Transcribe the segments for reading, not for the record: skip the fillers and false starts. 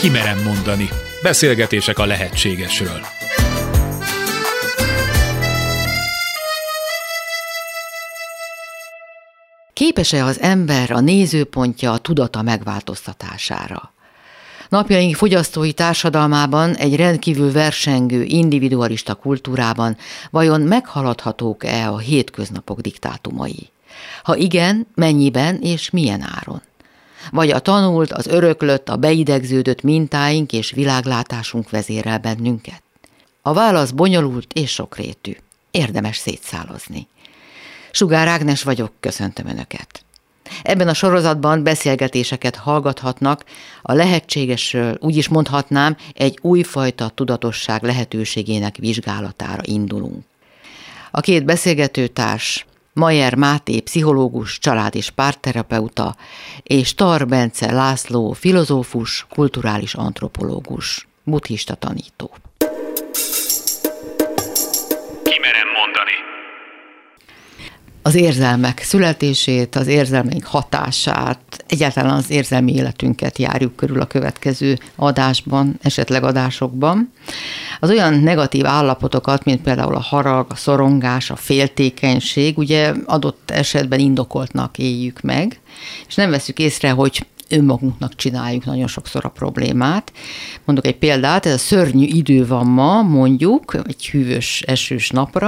Ki merem mondani. Beszélgetések a lehetségesről. Képes-e az ember a nézőpontja, a tudata megváltoztatására? Napjaink fogyasztói társadalmában, egy rendkívül versengő, individualista kultúrában vajon meghaladhatók-e a hétköznapok diktátumai? Ha igen, mennyiben és milyen áron? Vagy a tanult, az öröklött, a beidegződött mintáink és világlátásunk vezérel bennünket? A válasz bonyolult és sokrétű. Érdemes szétszálozni. Sugár Ágnes vagyok, köszöntöm Önöket. Ebben a sorozatban beszélgetéseket hallgathatnak, a lehetségesről, úgy is mondhatnám, egy újfajta tudatosság lehetőségének vizsgálatára indulunk. A két beszélgetőtárs, Mayer Máté pszichológus, család- és pártterapeuta, és Tar Bence László filozófus, kulturális antropológus, buddhista tanító. Ki merem mondani. Az érzelmek születését, az érzelmeink hatását, egyáltalán az érzelmi életünket járjuk körül a következő adásban, esetleg adásokban. Az olyan negatív állapotokat, mint például a harag, a szorongás, a féltékenység, ugye adott esetben indokoltnak éljük meg, és nem veszük észre, hogy önmagunknak csináljuk nagyon sokszor a problémát. Mondok egy példát, ez a szörnyű idő van ma, mondjuk, egy hűvös, esős napra,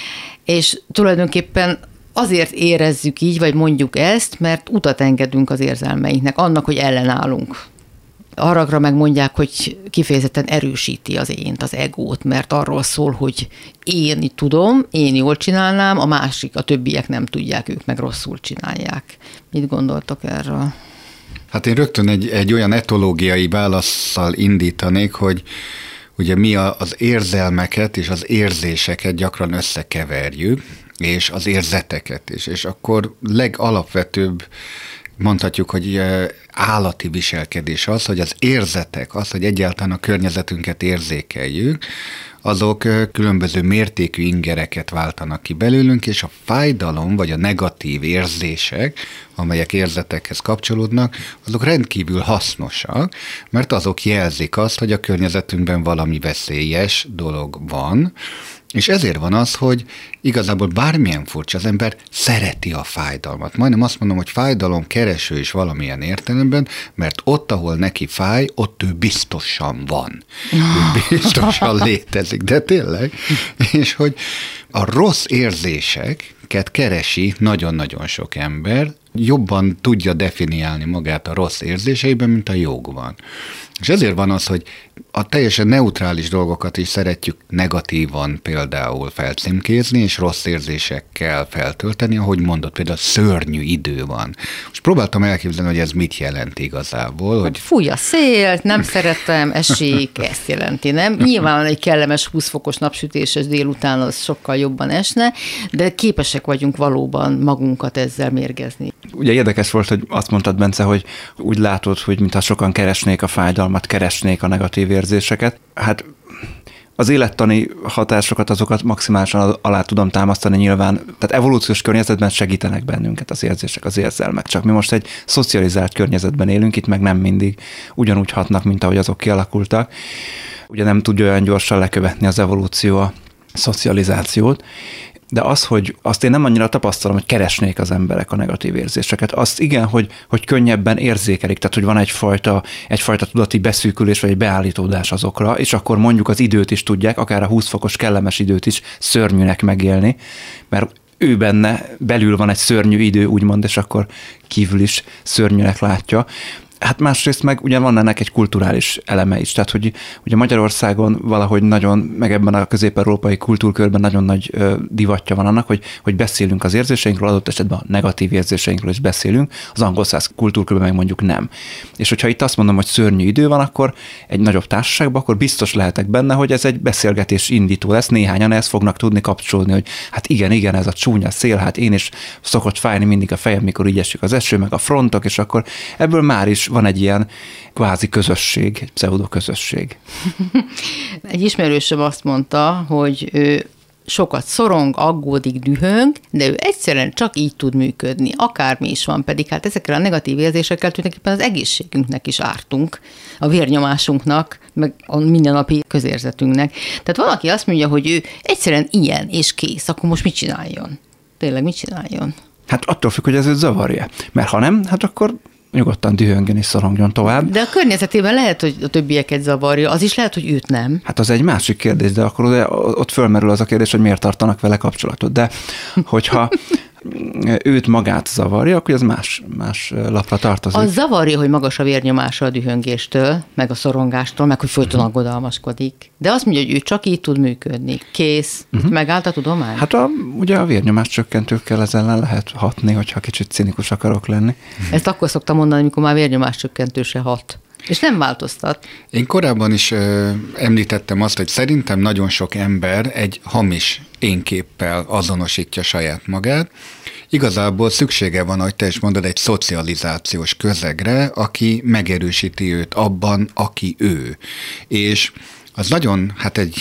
és tulajdonképpen azért érezzük így, vagy mondjuk ezt, mert utat engedünk az érzelmeinknek, annak, hogy ellenállunk. Haragra meg mondják, hogy kifejezetten erősíti az ént, az egót, mert arról szól, hogy én tudom, én jól csinálnám, a másik, a többiek nem tudják, ők meg rosszul csinálják. Mit gondoltok erről? Hát én rögtön egy olyan etológiai válasszal indítanék, hogy ugye mi az érzelmeket és az érzéseket gyakran összekeverjük, és az érzeteket is, és akkor legalapvetőbb, mondhatjuk, hogy állati viselkedés az, hogy az érzetek, az, hogy egyáltalán a környezetünket érzékeljük, azok különböző mértékű ingereket váltanak ki belőlünk, és a fájdalom vagy a negatív érzések, amelyek érzetekhez kapcsolódnak, azok rendkívül hasznosak, mert azok jelzik azt, hogy a környezetünkben valami veszélyes dolog van, és ezért van az, hogy igazából bármilyen furcsa, az ember szereti a fájdalmat. Majdnem azt mondom, hogy fájdalomkereső is valamilyen értelemben, mert ott, ahol neki fáj, ott ő biztosan van. Ő biztosan létezik, de tényleg. És hogy a rossz érzéseket keresi nagyon-nagyon sok ember, jobban tudja definiálni magát a rossz érzéseiben, mint a jogban. És ezért van az, hogy a teljesen neutrális dolgokat is szeretjük negatívan például felcímkézni, és rossz érzésekkel feltölteni, ahogy mondott, például szörnyű idő van. Most próbáltam elképzelni, hogy ez mit jelent igazából. Hogy fúj a szél, nem szeretem, esik, ezt jelenti, nem? Nyilván egy kellemes 20 fokos napsütéses délután az sokkal jobban esne, de képesek vagyunk valóban magunkat ezzel mérgezni. Ugye érdekes volt, hogy azt mondtad, Bence, hogy úgy látod, hogy mintha sokan keresnék a fájdalmat, keresnék a negatív érzéseket. Hát az élettani hatásokat, azokat maximálisan alá tudom támasztani nyilván, tehát evolúciós környezetben segítenek bennünket az érzések, az érzelmek. Csak mi most egy szocializált környezetben élünk, itt meg nem mindig ugyanúgy hatnak, mint ahogy azok kialakultak. Ugye nem tudja olyan gyorsan lekövetni az evolúció a szocializációt, de azt én nem annyira tapasztalom, hogy keresnék az emberek a negatív érzéseket. Azt igen, hogy könnyebben érzékelik, tehát hogy van egyfajta tudati beszűkülés, vagy egy beállítódás azokra, és akkor mondjuk az időt is tudják, akár a 20 fokos kellemes időt is szörnyűnek megélni, mert ő benne belül van egy szörnyű idő, úgymond, és akkor kívül is szörnyűnek látja. Hát másrészt meg ugye van ennek egy kulturális eleme is, tehát hogy ugye Magyarországon valahogy nagyon, meg ebben a közép-európai kultúrkörben nagyon nagy divatja van annak, hogy beszélünk az érzéseinkről, adott esetben a negatív érzéseinkről is beszélünk, az angol-szász kultúrkörben meg mondjuk nem. És hogyha itt azt mondom, hogy szörnyű idő van, akkor egy nagyobb társaságban, akkor biztos lehetek benne, hogy ez egy beszélgetés indító lesz, néhányan ezt fognak tudni kapcsolódni, hogy hát igen, ez a csúnya szél, hát én is szokott fájni mindig a fejem, mikor így esik az eső, meg a frontok, és akkor ebből már is van egy ilyen kvázi közösség, egy pseudoközösség. Egy ismerősöm azt mondta, hogy ő sokat szorong, aggódik, dühöng, de ő egyszerűen csak így tud működni, akármi is van, pedig hát ezekkel a negatív érzésekkel tulajdonképpen az egészségünknek is ártunk, a vérnyomásunknak, meg a mindennapi közérzetünknek. Tehát valaki azt mondja, hogy ő egyszerűen ilyen és kész, akkor most mit csináljon? Tényleg mit csináljon? Hát attól függ, hogy ez őt zavarja. Mert ha nem, hát akkor nyugodtan dühöngön és szorongjon tovább. De a környezetében lehet, hogy a többieket zavarja, az is lehet, hogy őt nem. Hát az egy másik kérdés, de akkor ott fölmerül az a kérdés, hogy miért tartanak vele kapcsolatot. De hogyha őt magát zavarja, akkor ez más lapra tartozik. Az zavarja, hogy magas a vérnyomása a dühöngéstől, meg a szorongástól, meg hogy folyton aggodalmaskodik. De azt mondja, hogy ő csak így tud működni. Kész. Megállt a tudomány? Hát ugye a vérnyomás csökkentőkkel ezzel ellen lehet hatni, hogyha kicsit cinikus akarok lenni. Ezt akkor szoktam mondani, amikor már vérnyomás csökkentőse hat. És nem változtat. Én korábban is említettem azt, hogy szerintem nagyon sok ember egy hamis énképpel azonosítja saját magát. Igazából szüksége van, ahogy te is mondod, egy szocializációs közegre, aki megerősíti őt abban, aki ő. És az nagyon,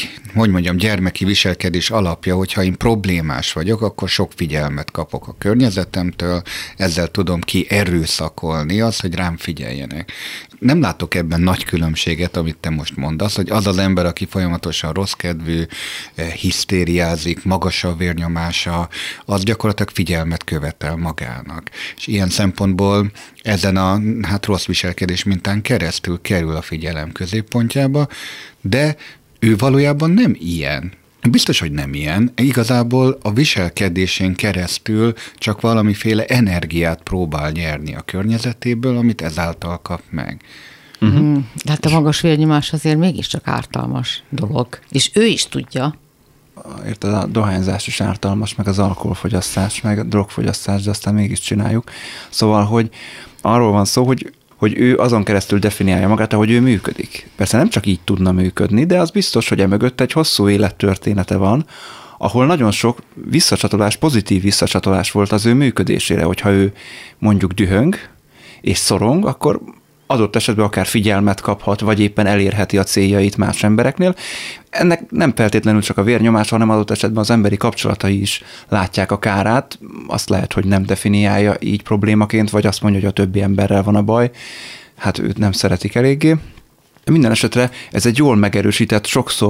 gyermeki viselkedés alapja, hogyha én problémás vagyok, akkor sok figyelmet kapok a környezetemtől, ezzel tudom erőszakolni azt, hogy rám figyeljenek. Nem látok ebben nagy különbséget, amit te most mondasz, hogy az az ember, aki folyamatosan rosszkedvű, hisztériázik, magas a vérnyomása, az gyakorlatilag figyelmet követel magának. És ilyen szempontból ezen a rossz viselkedés mintán keresztül kerül a figyelem középpontjába, de ő valójában nem ilyen. Biztos, hogy nem ilyen. Igazából a viselkedésén keresztül csak valamiféle energiát próbál nyerni a környezetéből, amit ezáltal kap meg. Hát a magas vérnyomás azért mégiscsak ártalmas dolog. És ő is tudja. Érted, a dohányzás is ártalmas, meg az alkoholfogyasztás, meg a drogfogyasztás, de aztán mégis csináljuk. Szóval, hogy arról van szó, hogy ő azon keresztül definiálja magát, ahogy ő működik. Persze nem csak így tudna működni, de az biztos, hogy emögött egy hosszú élettörténete van, ahol nagyon sok visszacsatolás, pozitív visszacsatolás volt az ő működésére, hogyha ő mondjuk dühöng és szorong, akkor adott esetben akár figyelmet kaphat, vagy éppen elérheti a céljait más embereknél. Ennek nem feltétlenül csak a vérnyomás, hanem adott esetben az emberi kapcsolatai is látják a kárát. Azt lehet, hogy nem definiálja így problémaként, vagy azt mondja, hogy a többi emberrel van a baj. Hát őt nem szeretik eléggé. Minden esetre ez egy jól megerősített,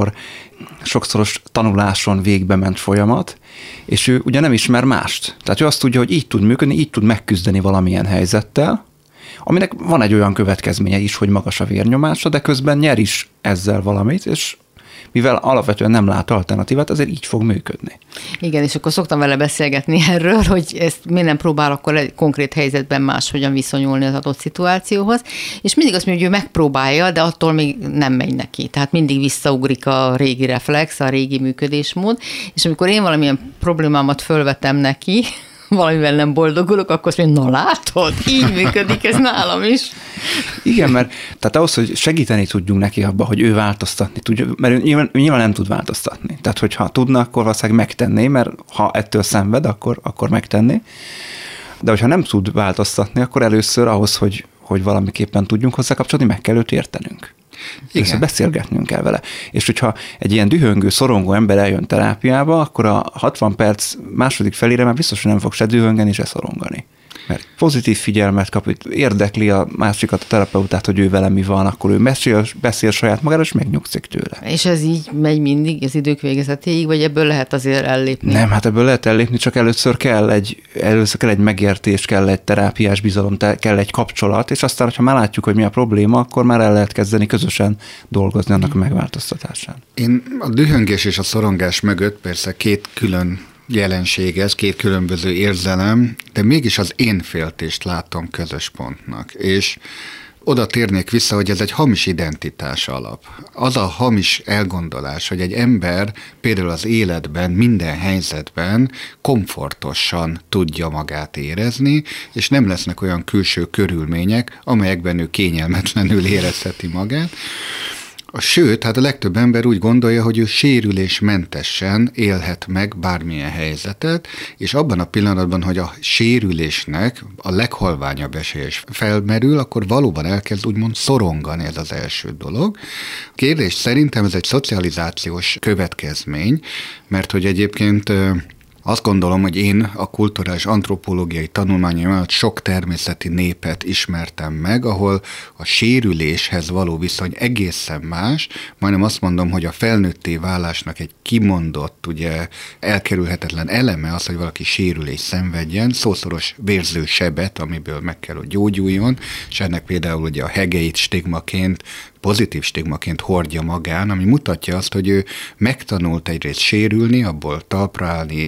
sokszoros tanuláson végbe ment folyamat, és ő ugye nem ismer mást. Tehát ő azt tudja, hogy így tud működni, így tud megküzdeni valamilyen helyzettel, aminek van egy olyan következménye is, hogy magas a vérnyomása, de közben nyer is ezzel valamit, és mivel alapvetően nem lát alternatívát, azért így fog működni. Igen, és akkor szoktam vele beszélgetni erről, hogy ezt miért nem próbál akkor egy konkrét helyzetben máshogyan viszonyulni az adott szituációhoz, és mindig azt mondja, hogy ő megpróbálja, de attól még nem megy neki. Tehát mindig visszaugrik a régi reflex, a régi működésmód, és amikor én valamilyen problémámat fölvetem neki, valamivel nem boldogulok, akkor azt mondja, na látod, így működik ez nálam is. Igen, mert tehát ahhoz, hogy segíteni tudjunk neki abba, hogy ő változtatni tudja, mert ő nyilván nem tud változtatni. Tehát, hogyha tudna, akkor valószínűleg megtenné, mert ha ettől szenved, akkor megtenné. De hogyha nem tud változtatni, akkor először ahhoz, hogy valamiképpen tudjunk hozzá kapcsolni, meg kell őt értenünk. Igen. Beszélgetnünk kell vele. És hogyha egy ilyen dühöngő, szorongó ember eljön terápiába, akkor a 60 perc második felére már biztos, hogy nem fog se dühöngeni, se szorongani. Mert pozitív figyelmet kap, érdekli a másikat, a terapeutát, hogy ő vele mi van, akkor ő beszél saját magára, és megnyugszik tőle. És ez így megy mindig az idők végezetéig, vagy ebből lehet azért ellépni? Nem, hát ebből lehet ellépni, csak először kell egy megértés, kell egy terápiás bizalom, kell egy kapcsolat, és aztán, ha már látjuk, hogy mi a probléma, akkor már el lehet kezdeni közösen dolgozni annak a megváltoztatásán. Én a dühöngés és a szorongás mögött persze két külön jelenség ez, két különböző érzelem, de mégis az énféltést látom közös pontnak. És oda térnék vissza, hogy ez egy hamis identitás alap. Az a hamis elgondolás, hogy egy ember például az életben, minden helyzetben komfortosan tudja magát érezni, és nem lesznek olyan külső körülmények, amelyekben ő kényelmetlenül érezheti magát. Sőt, hát a legtöbb ember úgy gondolja, hogy ő sérülésmentesen élhet meg bármilyen helyzetet, és abban a pillanatban, hogy a sérülésnek a leghalványabb esélye is felmerül, akkor valóban elkezd úgymond szorongani, ez az első dolog. Kérdés szerintem ez egy szocializációs következmény, mert hogy egyébként azt gondolom, hogy én a kulturális antropológiai tanulmányaim alatt sok természeti népet ismertem meg, ahol a sérüléshez való viszony egészen más. Majdnem azt mondom, hogy a felnőtté válásnak egy kimondott, ugye elkerülhetetlen eleme az, hogy valaki sérülést szenvedjen, szószoros vérző sebet, amiből meg kell, hogy gyógyuljon, és ennek például ugye a hegeit stigmaként, pozitív stigmaként hordja magán, ami mutatja azt, hogy ő megtanult egyrészt sérülni, abból talpra állni.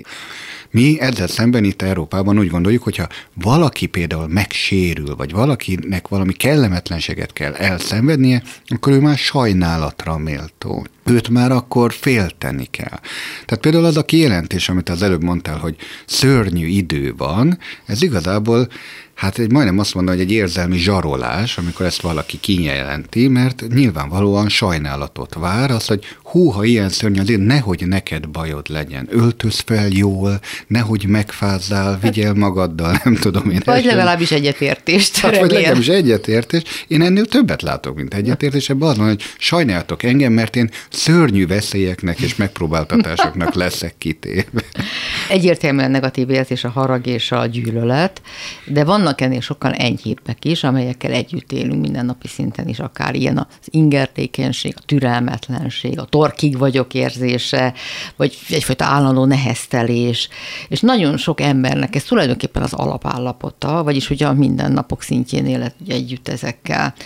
Mi ezzel szemben itt Európában úgy gondoljuk, hogyha valaki például megsérül, vagy valakinek valami kellemetlenséget kell elszenvednie, akkor ő már sajnálatra méltó. Őt már akkor félteni kell. Tehát például az a kijelentés, amit az előbb mondtál, hogy szörnyű idő van, ez igazából majdnem azt mondom, hogy egy érzelmi zsarolás, amikor ezt valaki kijelenti, mert nyilvánvalóan sajnálatot vár, az, hogy ha ilyen szörnyű azért, nehogy neked bajod legyen, öltöz fel jól, nehogy megfázzál, vigyél magaddal, nem tudom én. Vagy legalábbis egyetértést. Vagy legalábbis egyetértést. Én ennél többet látok, mint egyetértés. Ebben az van, hogy sajnáljatok engem, mert én szörnyű veszélyeknek és megpróbáltatásoknak leszek kitéve. Egyértelműen negatív érzés a harag és a gyűlölet, de vannak ennél sokkal enyhébbek is, amelyekkel együtt élünk mindennapi szinten is, akár ilyen az ingertékenység, a türelmetlenség, a torkig vagyok érzése, vagy egyfajta állandó neheztelés, és nagyon sok embernek ez tulajdonképpen az alapállapota, vagyis ugye a mindennapok szintjén élet ugye együtt ezekkel.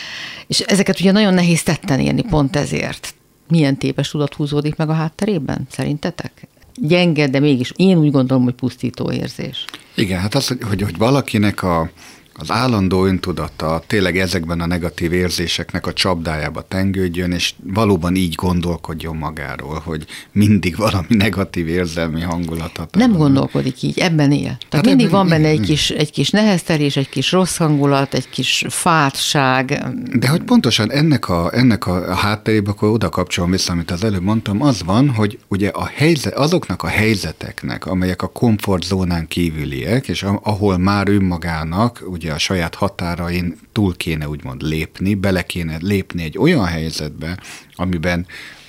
És ezeket ugye nagyon nehéz tetten érni pont ezért. Milyen téves tudat húzódik meg a hátterében, szerintetek? Gyenge, de mégis én úgy gondolom, hogy pusztító érzés. Igen, hát az, hogy valakinek az állandó öntudata tényleg ezekben a negatív érzéseknek a csapdájába tengődjön, és valóban így gondolkodjon magáról, hogy mindig valami negatív érzelmi hangulatot. Nem gondolkodik így, ebben él. Tehát hát mindig van benne egy kis neheztelés, egy kis rossz hangulat, egy kis fátság. De hogy pontosan ennek a hátterében, akkor oda kapcsolom vissza, amit az előbb mondtam, az van, hogy ugye azoknak a helyzeteknek, amelyek a komfortzónán kívüliek, és ahol már önmagának, ugye a saját határain túl kéne úgymond lépni, bele kéne lépni egy olyan helyzetbe, amiben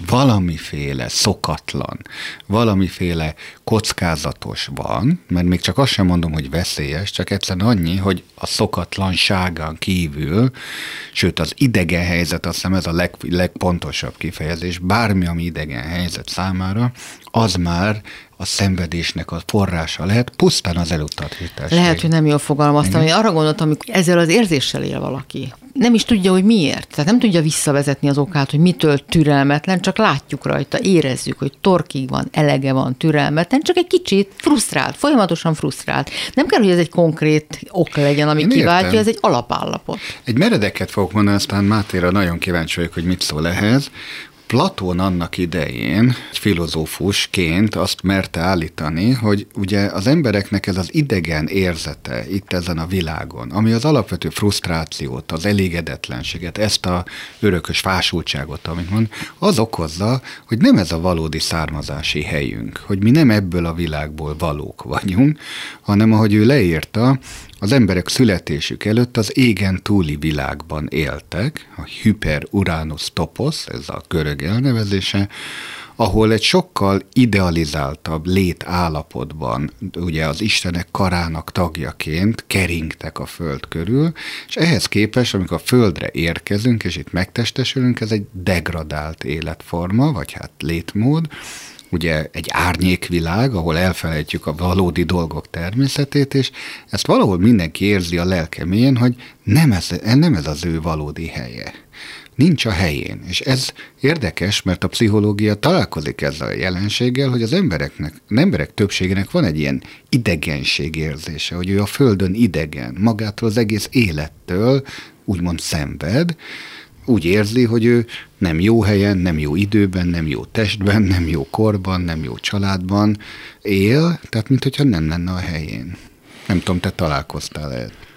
valamiféle szokatlan, valamiféle kockázatos van, mert még csak azt sem mondom, hogy veszélyes, csak egyszerűen annyi, hogy a szokatlanságán kívül, sőt az idegen helyzet, azt hiszem ez a legpontosabb kifejezés, bármi, ami idegen helyzet számára, az már a szenvedésnek a forrása lehet, pusztán az elutasítás. Lehet, hogy nem jól fogalmaztam, hogy arra gondoltam, hogy ezzel az érzéssel él valaki. Nem is tudja, hogy miért. Tehát nem tudja visszavezetni az okát, hogy mitől türelmetlen, csak látjuk rajta, érezzük, hogy torkig van, elege van, türelmetlen, csak egy kicsit frusztrált, folyamatosan frusztrált. Nem kell, hogy ez egy konkrét ok legyen, ami kiváltja, ez egy alapállapot. Egy meredeket fogok mondani, aztán Mátéra nagyon kíváncsi vagyok, hogy mit szól ehhez. Platón annak idején filozófusként azt merte állítani, hogy ugye az embereknek ez az idegen érzete itt ezen a világon, ami az alapvető frusztrációt, az elégedetlenséget, ezt a örökös fásultságot, amit mond, az okozza, hogy nem ez a valódi származási helyünk, hogy mi nem ebből a világból valók vagyunk, hanem ahogy ő leírta, az emberek születésük előtt az égen túli világban éltek, a Hyper Uranus Topos, ez a görög elnevezése, ahol egy sokkal idealizáltabb létállapotban, ugye az Istenek karának tagjaként keringtek a Föld körül, és ehhez képest, amikor a Földre érkezünk, és itt megtestesülünk, ez egy degradált életforma, vagy hát létmód, ugye egy árnyékvilág, ahol elfelejtjük a valódi dolgok természetét, és ezt valahol mindenki érzi a lelke mélyén, hogy nem ez az ő valódi helye. Nincs a helyén. És ez érdekes, mert a pszichológia találkozik ezzel a jelenséggel, hogy az emberek többségének van egy ilyen idegenség érzése, hogy ő a Földön idegen, magától az egész élettől úgymond szenved, úgy érzi, hogy ő nem jó helyen, nem jó időben, nem jó testben, nem jó korban, nem jó családban él, tehát mintha nem lenne a helyén. Nem tudom, te találkoztál-e?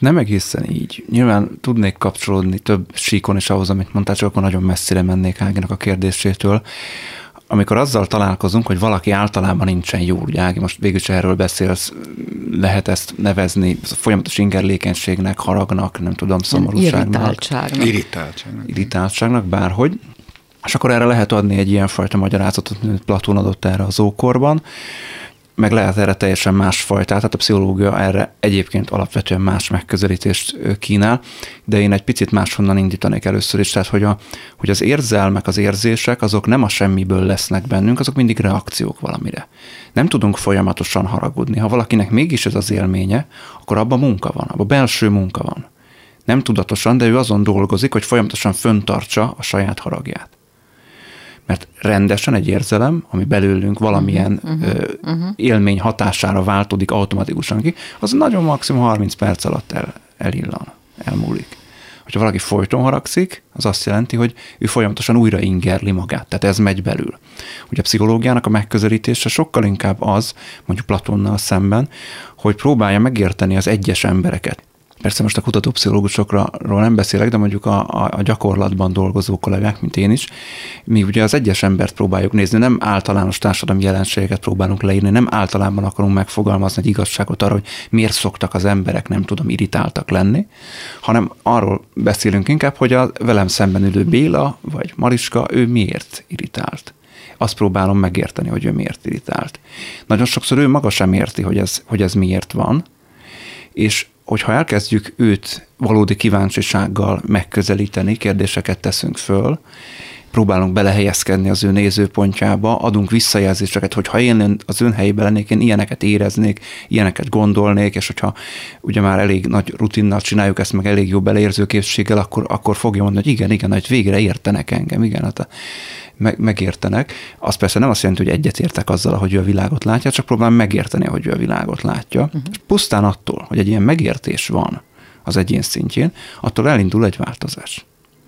Nem egészen így. Nyilván tudnék kapcsolódni több síkon is ahhoz, amit mondtál, csak akkor nagyon messzire mennék Áginak a kérdésétől. Amikor azzal találkozunk, hogy valaki általában nincsen jó, ugye Ági, most végülis erről beszélsz, lehet ezt nevezni folyamatos ingerlékenységnek, haragnak, nem tudom, szomorúságnak. Irritáltságnak, bárhogy. És akkor erre lehet adni egy ilyenfajta magyarázatot, mint Platón adott erre az ókorban, meg lehet erre teljesen másfajtát, tehát a pszichológia erre egyébként alapvetően más megközelítést kínál, de én egy picit máshonnan indítanék először is, tehát hogy az érzelmek, az érzések, azok nem a semmiből lesznek bennünk, azok mindig reakciók valamire. Nem tudunk folyamatosan haragudni. Ha valakinek mégis ez az élménye, akkor abban munka van, abban belső munka van. Nem tudatosan, de ő azon dolgozik, hogy folyamatosan föntartsa a saját haragját. Mert rendesen egy érzelem, ami belőlünk valamilyen élmény hatására váltódik automatikusan ki, az nagyon maximum 30 perc alatt elillan, elmúlik. Hogyha valaki folyton haragszik, az azt jelenti, hogy ő folyamatosan újra ingerli magát, tehát ez megy belül. Ugye a pszichológiának a megközelítése sokkal inkább az, mondjuk Platónnal szemben, hogy próbálja megérteni az egyes embereket. Persze most a kutatópszichológusokról nem beszélek, de mondjuk a gyakorlatban dolgozó kollégák, mint én is, mi ugye az egyes embert próbáljuk nézni, nem általános társadalmi jelenségeket próbálunk leírni, nem általában akarunk megfogalmazni egy igazságot arra, hogy miért szoktak az emberek, nem tudom, irritáltak lenni, hanem arról beszélünk inkább, hogy a velem szemben ülő Béla vagy Mariska, ő miért irritált. Azt próbálom megérteni, hogy ő miért irritált. Nagyon sokszor ő maga sem érti, hogy ez miért van, és hogyha elkezdjük őt valódi kíváncsisággal megközelíteni, kérdéseket teszünk föl, próbálunk belehelyezkedni az ő nézőpontjába, adunk visszajelzéseket, hogy ha én az ön helyében lennék, én ilyeneket éreznék, ilyeneket gondolnék, és hogyha ugye már elég nagy rutinnal csináljuk ezt, meg elég jó beleérzőkészséggel, akkor fogja mondani, hogy igen, hogy végre értenek engem, igen, hát megértenek. Az persze nem azt jelenti, hogy egyetértek azzal, hogy ő a világot látja, csak próbálom megérteni, hogy ő a világot látja. És pusztán attól, hogy egy ilyen megértés van az egyén szintjén, attól elindul egy változás.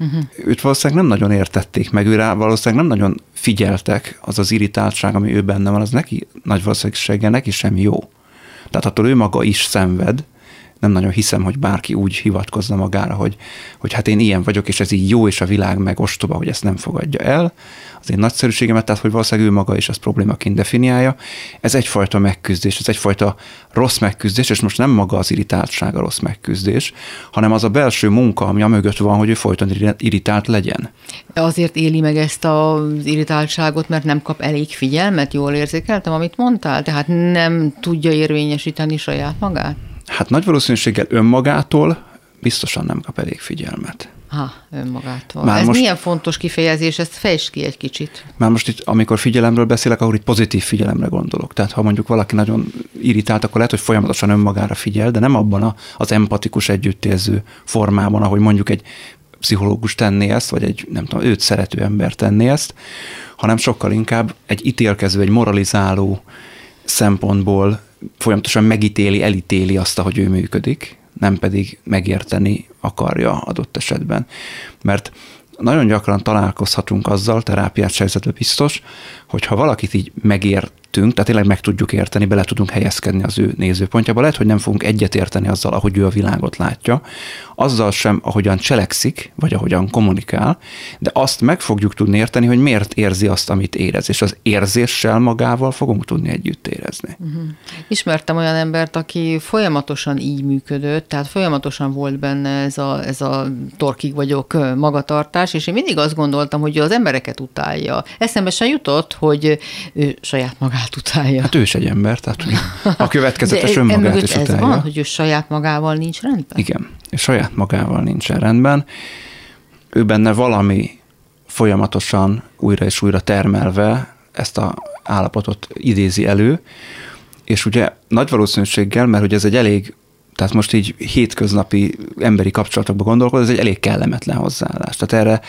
Őt valószínűleg nem nagyon értették meg, őre valószínűleg nem nagyon figyeltek, az az irritáltság, ami ő benne van, az neki nagy valószínűséggel neki sem jó. Tehát attól ő maga is szenved, nem nagyon hiszem, hogy bárki úgy hivatkozna magára, hogy hát én ilyen vagyok, és ez így jó, és a világ meg ostoba, hogy ezt nem fogadja el. Az én nagyszerűségemet, tehát hogy valószínűleg ő maga is azt problémaként definiálja. Ez egyfajta megküzdés, ez egyfajta rossz megküzdés, és most nem maga az irritáltság a rossz megküzdés, hanem az a belső munka, ami amögött van, hogy ő folyton irritált legyen. Azért éli meg ezt az irritáltságot, mert nem kap elég figyelmet, jól érzékeltem, amit mondtál? Tehát nem tudja érvényesíteni saját magát? Hát nagy valószínűséggel önmagától biztosan nem kap elég figyelmet. Önmagától. Ez milyen fontos kifejezés, ezt fejtsd ki egy kicsit. Már most itt, amikor figyelemről beszélek, akkor itt pozitív figyelemre gondolok. Tehát ha mondjuk valaki nagyon irritált, akkor lehet, hogy folyamatosan önmagára figyel, de nem abban az empatikus együttérző formában, ahogy mondjuk egy pszichológus tenné ezt, vagy egy, nem tudom, őt szerető ember tenné ezt, hanem sokkal inkább egy ítélkező, egy moralizáló szempontból folyamatosan megítéli, elítéli azt, ahogy ő működik, nem pedig megérteni akarja adott esetben. Mert nagyon gyakran találkozhatunk azzal, terápiás helyzetben biztos, hogyha valakit így megértünk, tehát tényleg meg tudjuk érteni, bele tudunk helyezkedni az ő nézőpontjába, lehet, hogy nem fogunk egyetérteni azzal, ahogy ő a világot látja, azzal sem, ahogyan cselekszik, vagy ahogyan kommunikál, de azt meg fogjuk tudni érteni, hogy miért érzi azt, amit érez, és az érzéssel magával fogunk tudni együtt érezni. Ismertem olyan embert, aki folyamatosan így működött, tehát folyamatosan volt benne ez a torkig vagyok magatartás, és én mindig azt gondoltam, hogy az embereket utálja. Eszembe sem jutott, hogy ő saját magát utálja. Hát ő is egy ember, tehát a következetes önmagát is utálja. Ez van, hogy ő saját magával nincs rendben? Igen, és saját magával nincsen rendben. Ő benne valami folyamatosan újra és újra termelve ezt az állapotot idézi elő, és ugye nagy valószínűséggel, mert hogy ez egy elég, tehát most így hétköznapi emberi kapcsolatokban gondolkod, ez egy elég kellemetlen hozzáállás. Tehát erre,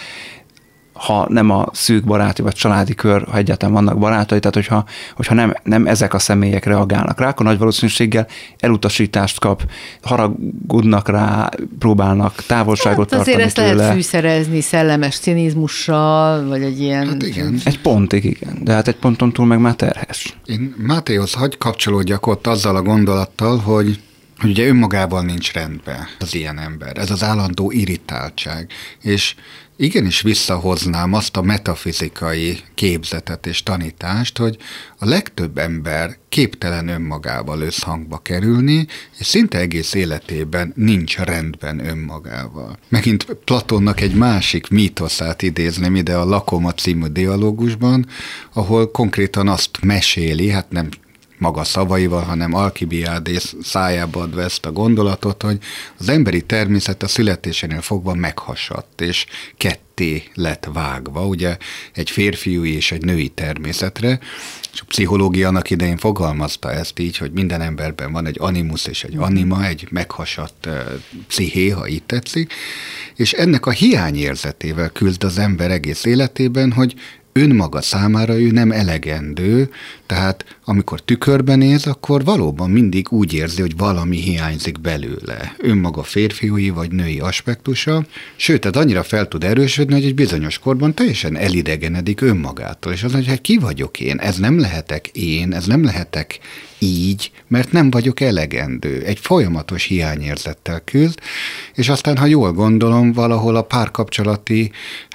ha nem a szűk baráti vagy családi kör, ha egyáltalán vannak barátai, tehát hogyha nem ezek a személyek reagálnak rá, akkor nagy valószínűséggel elutasítást kap, haragudnak rá, próbálnak távolságot tartani tőle. Azért ezt lehet fűszerezni szellemes cinizmussal, vagy egy ilyen... Hát igen. Egy pontig igen, de hát egy ponton túl meg már terhes. Én Mátéhoz hagy kapcsolódjak ott azzal a gondolattal, hogy hogy ugye önmagával nincs rendben az ilyen ember. Ez az állandó irritáltság. És igenis visszahoznám azt a metafizikai képzetet és tanítást, hogy a legtöbb ember képtelen önmagával összhangba kerülni, és szinte egész életében nincs rendben önmagával. Megint Platónnak egy másik mítoszát idézném ide a Lakoma című dialógusban, ahol konkrétan azt meséli, hát nem maga szavaival, hanem Alkibiádész szájába adva ezt a gondolatot, hogy az emberi természet a születésénél fogva meghasadt, és ketté lett vágva, ugye egy férfiúi és egy női természetre, és a pszichológia annak idején fogalmazta ezt így, hogy minden emberben van egy animus és egy anima, egy meghasadt psziché, ha így tetszik, és ennek a hiányérzetével küzd az ember egész életében, hogy önmaga számára ő nem elegendő, tehát amikor tükörben néz, akkor valóban mindig úgy érzi, hogy valami hiányzik belőle. Önmaga férfiúi vagy női aspektusa, sőt, tehát annyira fel tud erősödni, hogy egy bizonyos korban teljesen elidegenedik önmagától, és az, hogy hát ki vagyok én, ez nem lehetek én, ez nem lehetek így, mert nem vagyok elegendő. Egy folyamatos hiányérzettel küzd, és aztán, ha jól gondolom, valahol a párkapcsolati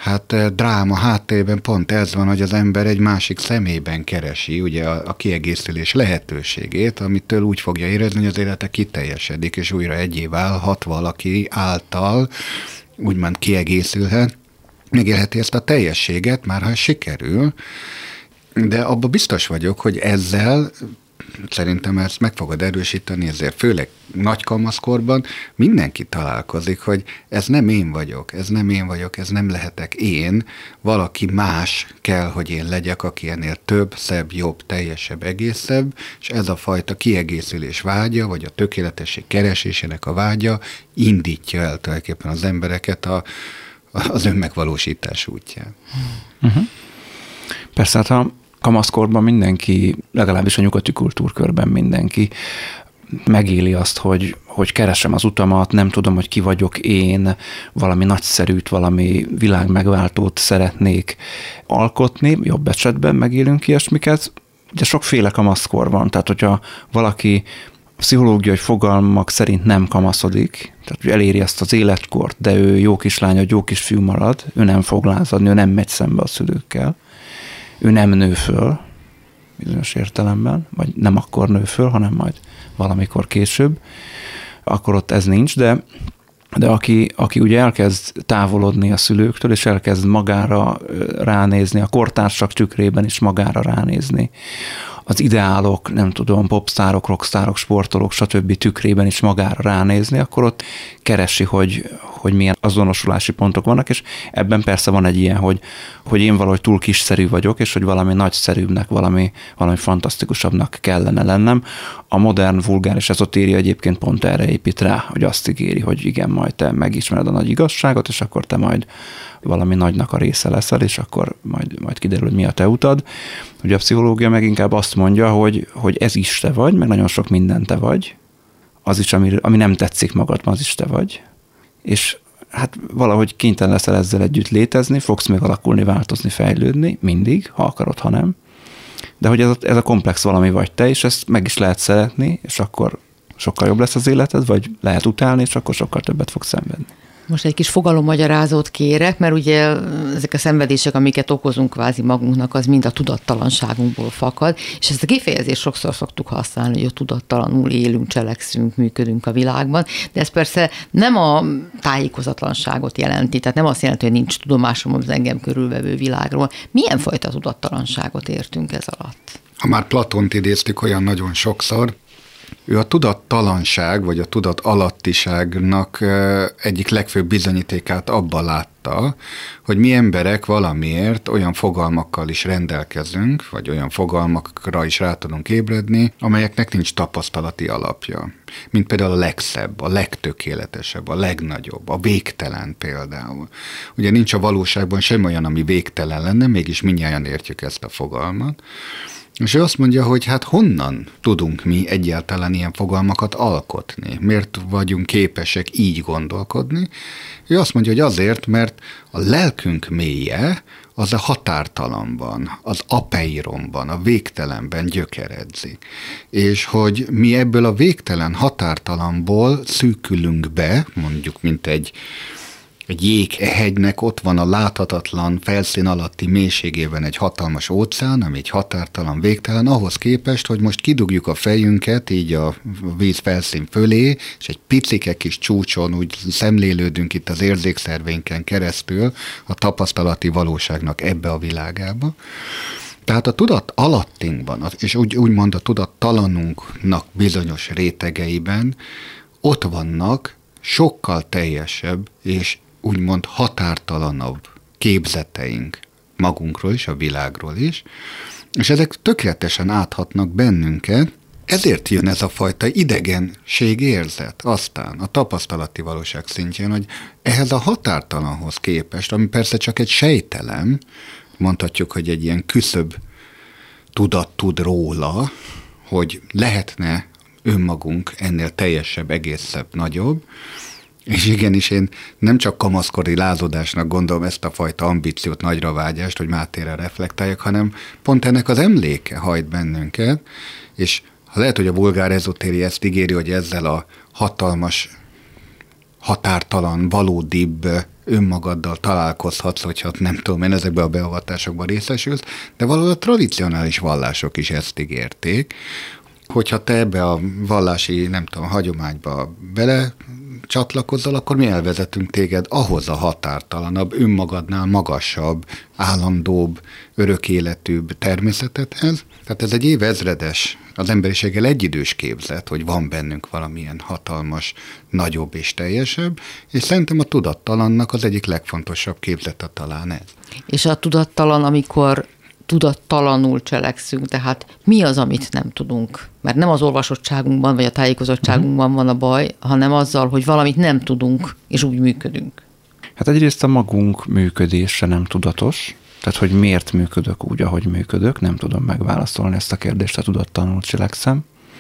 dráma háttérben pont ez van, hogy az ember egy másik személyben keresi ugye a kiegészülés lehetőségét, amitől úgy fogja érezni, hogy az élete kiteljesedik, és újra egyé válhat valaki által, úgymond kiegészülhet, megélheti ezt a teljességet, már ha sikerül, de abban biztos vagyok, hogy ezzel szerintem ezt meg fogod erősíteni, ezért főleg nagy kamaszkorban mindenki találkozik, hogy ez nem én vagyok, ez nem én vagyok, ez nem lehetek én, valaki más kell, hogy én legyek, aki ennél több, szebb, jobb, teljesebb, egészebb, és ez a fajta kiegészülés vágya, vagy a tökéletesség keresésének a vágya indítja el tulajdonképpen az embereket az önmegvalósítás útján. Uh-huh. Persze, hát a kamaszkorban mindenki, legalábbis a nyugati kultúrkörben mindenki megéli azt, hogy keresem az utamat, nem tudom, hogy ki vagyok én, valami nagyszerűt, valami világmegváltót szeretnék alkotni, jobb esetben megélünk ilyesmiket. Ugye sokféle kamaszkor van, tehát hogyha valaki pszichológiai fogalmak szerint nem kamaszodik, tehát hogy eléri ezt az életkort, de ő jó kislány, vagy jó kisfiú marad, ő nem fog lázadni, ő nem megy szembe a szülőkkel, ő nem nő föl, bizonyos értelemben, vagy nem akkor nő föl, hanem majd valamikor később, akkor ott ez nincs, de aki ugye elkezd távolodni a szülőktől, és elkezd magára ránézni, a kortársak tükrében is magára ránézni, az ideálok, nem tudom, popstárok, rockstárok, sportolók, stb. Tükrében is magára ránézni, akkor ott keresi, hogy milyen azonosulási pontok vannak, és ebben persze van egy ilyen, hogy én valahogy túl kiszerű vagyok, és hogy valami nagyszerűbbnek, valami fantasztikusabbnak kellene lennem. A modern vulgáris ezotéria egyébként pont erre épít rá, hogy azt ígéri, hogy igen, majd te megismered a nagy igazságot, és akkor te majd valami nagynak a része leszel, és akkor majd kiderül, hogy mi a te utad. Ugye a pszichológia meg inkább azt mondja, hogy ez is te vagy, meg nagyon sok minden te vagy, az is, ami nem tetszik magadban, az is te vagy. És hát valahogy kénytelen leszel ezzel együtt létezni, fogsz még alakulni, változni, fejlődni, mindig, ha akarod, ha nem. De hogy ez a komplex valami vagy te, és ezt meg is lehet szeretni, és akkor sokkal jobb lesz az életed, vagy lehet utálni, és akkor sokkal többet fogsz szenvedni. Most egy kis fogalommagyarázatot kérek, mert ugye ezek a szenvedések, amiket okozunk kvázi magunknak, az mind a tudattalanságunkból fakad, és ezt a kifejezést sokszor szoktuk használni, hogy a tudattalanul élünk, cselekszünk, működünk a világban, de ez persze nem a tájékozatlanságot jelenti, tehát nem azt jelenti, hogy nincs tudomásom az engem körülvevő világról. Milyen fajta tudattalanságot értünk ez alatt? Ha már Platont idéztük olyan nagyon sokszor, ő a tudattalanság, vagy a tudatalattiságnak egyik legfőbb bizonyítékát abban látta, hogy mi emberek valamiért olyan fogalmakkal is rendelkezünk, vagy olyan fogalmakra is rá tudunk ébredni, amelyeknek nincs tapasztalati alapja. Mint például a legszebb, a legtökéletesebb, a legnagyobb, a végtelen például. Ugye nincs a valóságban semmi olyan, ami végtelen lenne, mégis mindnyájan értjük ezt a fogalmat. És ő azt mondja, hogy hát honnan tudunk mi egyáltalán egyáltalán ilyen fogalmakat alkotni? Miért vagyunk képesek így gondolkodni? Ő azt mondja, hogy azért, mert a lelkünk mélye az a határtalanban, az apeiromban, a végtelenben gyökeredzik. És hogy mi ebből a végtelen határtalanból szűkülünk be, mondjuk, mint egy jéghegynek ott van a láthatatlan felszín alatti mélységében egy hatalmas óceán, ami egy határtalan, végtelen, ahhoz képest, hogy most kidugjuk a fejünket így a víz felszín fölé, és egy picike kis csúcson úgy szemlélődünk itt az érzékszerveinken keresztül a tapasztalati valóságnak ebbe a világába. Tehát a tudat alattinkban, és úgymond a tudattalanunknak bizonyos rétegeiben ott vannak sokkal teljesebb és úgymond határtalanabb képzeteink magunkról is, a világról is, és ezek tökéletesen áthatnak bennünket, ezért jön ez a fajta idegenségérzet aztán a tapasztalati valóság szintjén, hogy ehhez a határtalanhoz képest, ami persze csak egy sejtelem, mondhatjuk, hogy egy ilyen küszöbb tudat tud róla, hogy lehetne önmagunk ennél teljesebb, egészebb, nagyobb, és igenis én nem csak kamaszkori lázadásnak gondolom ezt a fajta ambíciót, nagyra vágyást, hogy Mátéra reflektáljak, hanem pont ennek az emléke hajt bennünket, és ha lehet, hogy a vulgár ezotéri ezt ígéri, hogy ezzel a hatalmas, határtalan, valódibb önmagaddal találkozhatsz, hogyha nem tudom én ezekben a beavatásokban részesülsz, de valahol a tradicionális vallások is ezt ígérték, hogyha te ebbe a vallási, nem tudom, hagyományba bele csatlakozzal, akkor mi elvezetünk téged ahhoz a határtalanabb, önmagadnál magasabb, állandóbb, örökéletűbb természetedhez. Tehát ez egy évezredes, az emberiséggel egyidős képzet, hogy van bennünk valamilyen hatalmas, nagyobb és teljesebb, és szerintem a tudattalannak az egyik legfontosabb képzete talán ez. És a tudattalan, amikor tudattalanul cselekszünk, tehát mi az, amit nem tudunk? Mert nem az olvasottságunkban, vagy a tájékozottságunkban van a baj, hanem azzal, hogy valamit nem tudunk, és úgy működünk. Hát egyrészt a magunk működése nem tudatos, tehát hogy miért működök úgy, ahogy működök, nem tudom megválaszolni ezt a kérdést, ha tudattalanul cselekszem.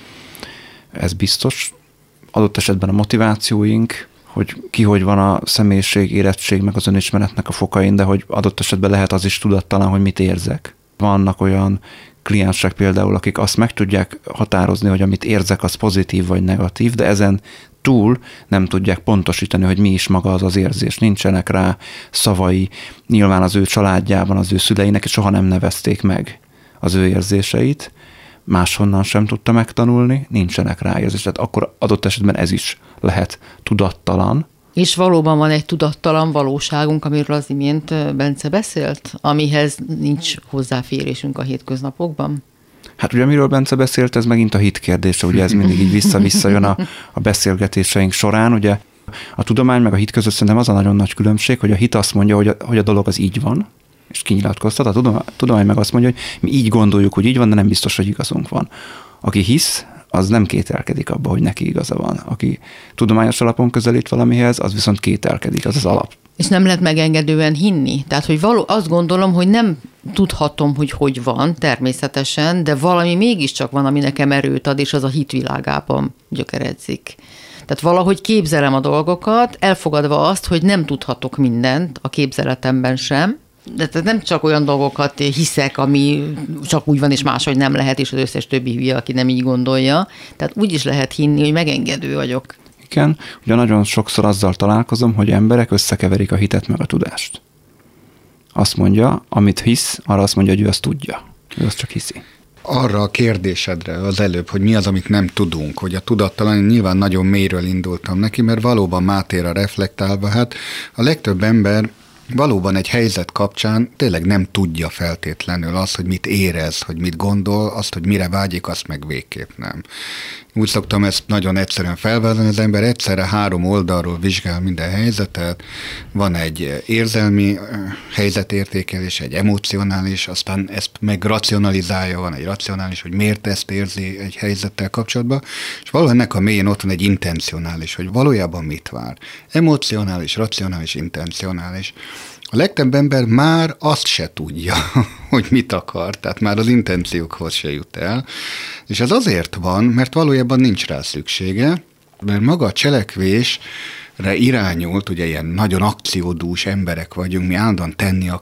Ez biztos. Adott esetben a motivációink, hogy ki hogy van a személyiség, érettség, meg az önismeretnek a fokain, de hogy adott esetben lehet az is tudattalan, hogy mit érzek. Vannak olyan kliensek például, akik azt meg tudják határozni, hogy amit érzek, az pozitív vagy negatív, de ezen túl nem tudják pontosítani, hogy mi is maga az az érzés. Nincsenek rá szavai, nyilván az ő családjában, az ő szüleinek soha nem nevezték meg az ő érzéseit, máshonnan sem tudta megtanulni, nincsenek rá érzés. Tehát akkor adott esetben ez is lehet tudattalan. És valóban van egy tudattalan valóságunk, amiről az imént Bence beszélt, amihez nincs hozzáférésünk a hétköznapokban? Hát ugye amiről Bence beszélt, ez megint a hit kérdése, ugye ez mindig így vissza-vissza jön a beszélgetéseink során, ugye a tudomány meg a hit között szerintem az a nagyon nagy különbség, hogy a hit azt mondja, hogy a dolog az így van, és kinyilatkoztat, a tudomány meg azt mondja, hogy mi így gondoljuk, hogy így van, de nem biztos, hogy igazunk van. Aki hisz, az nem kételkedik abba, hogy neki igaza van. Aki tudományos alapon közelít valamihez, az viszont kételkedik, az az alap. És nem lehet megengedően hinni. Tehát, hogy azt gondolom, hogy nem tudhatom, hogy van természetesen, de valami mégiscsak van, ami nekem erőt ad, és az a hitvilágában gyökeredzik. Tehát valahogy képzelem a dolgokat, elfogadva azt, hogy nem tudhatok mindent a képzeletemben sem, de tehát nem csak olyan dolgokat hiszek, ami csak úgy van, és máshogy nem lehet, és az összes többi hülye, aki nem így gondolja. Tehát úgy is lehet hinni, hogy megengedő vagyok. Igen, ugye nagyon sokszor azzal találkozom, hogy emberek összekeverik a hitet meg a tudást. Azt mondja, amit hisz, arra azt mondja, hogy ő azt tudja. Ő azt csak hiszi. Arra a kérdésedre az előbb, hogy mi az, amit nem tudunk, hogy a tudattalan, nyilván nagyon mélyről indultam neki, mert valóban Mátéra reflektálva, hát a legtöbb ember valóban egy helyzet kapcsán tényleg nem tudja feltétlenül azt, hogy mit érez, hogy mit gondol, azt, hogy mire vágyik, azt meg végképp nem. Úgy szoktam ezt nagyon egyszerűen felvázolni, az ember egyszerre 3 oldalról vizsgál minden helyzetet, van egy érzelmi helyzetértékelés, egy emocionális, aztán ezt meg racionalizálja, van egy racionális, hogy miért ezt érzi egy helyzettel kapcsolatban, és valahol ennek a mélyén ott van egy intencionális, hogy valójában mit vár. Emocionális, racionális, intencionális. A legtöbb ember már azt se tudja, hogy mit akar, tehát már az intenciókhoz se jut el, és ez azért van, mert valójában nincs rá szüksége, mert maga a cselekvésre irányult, ugye ilyen nagyon akciódús emberek vagyunk, mi állandóan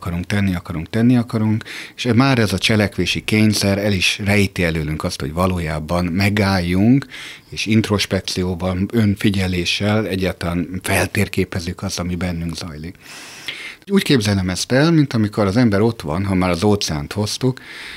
tenni akarunk, és már ez a cselekvési kényszer el is rejti előlünk azt, hogy valójában megálljunk, és introspekcióban, önfigyeléssel egyáltalán feltérképezzük azt, ami bennünk zajlik. Úgy képzelem ezt el, mint amikor az ember ott van, ha már az óceánt hoztuk,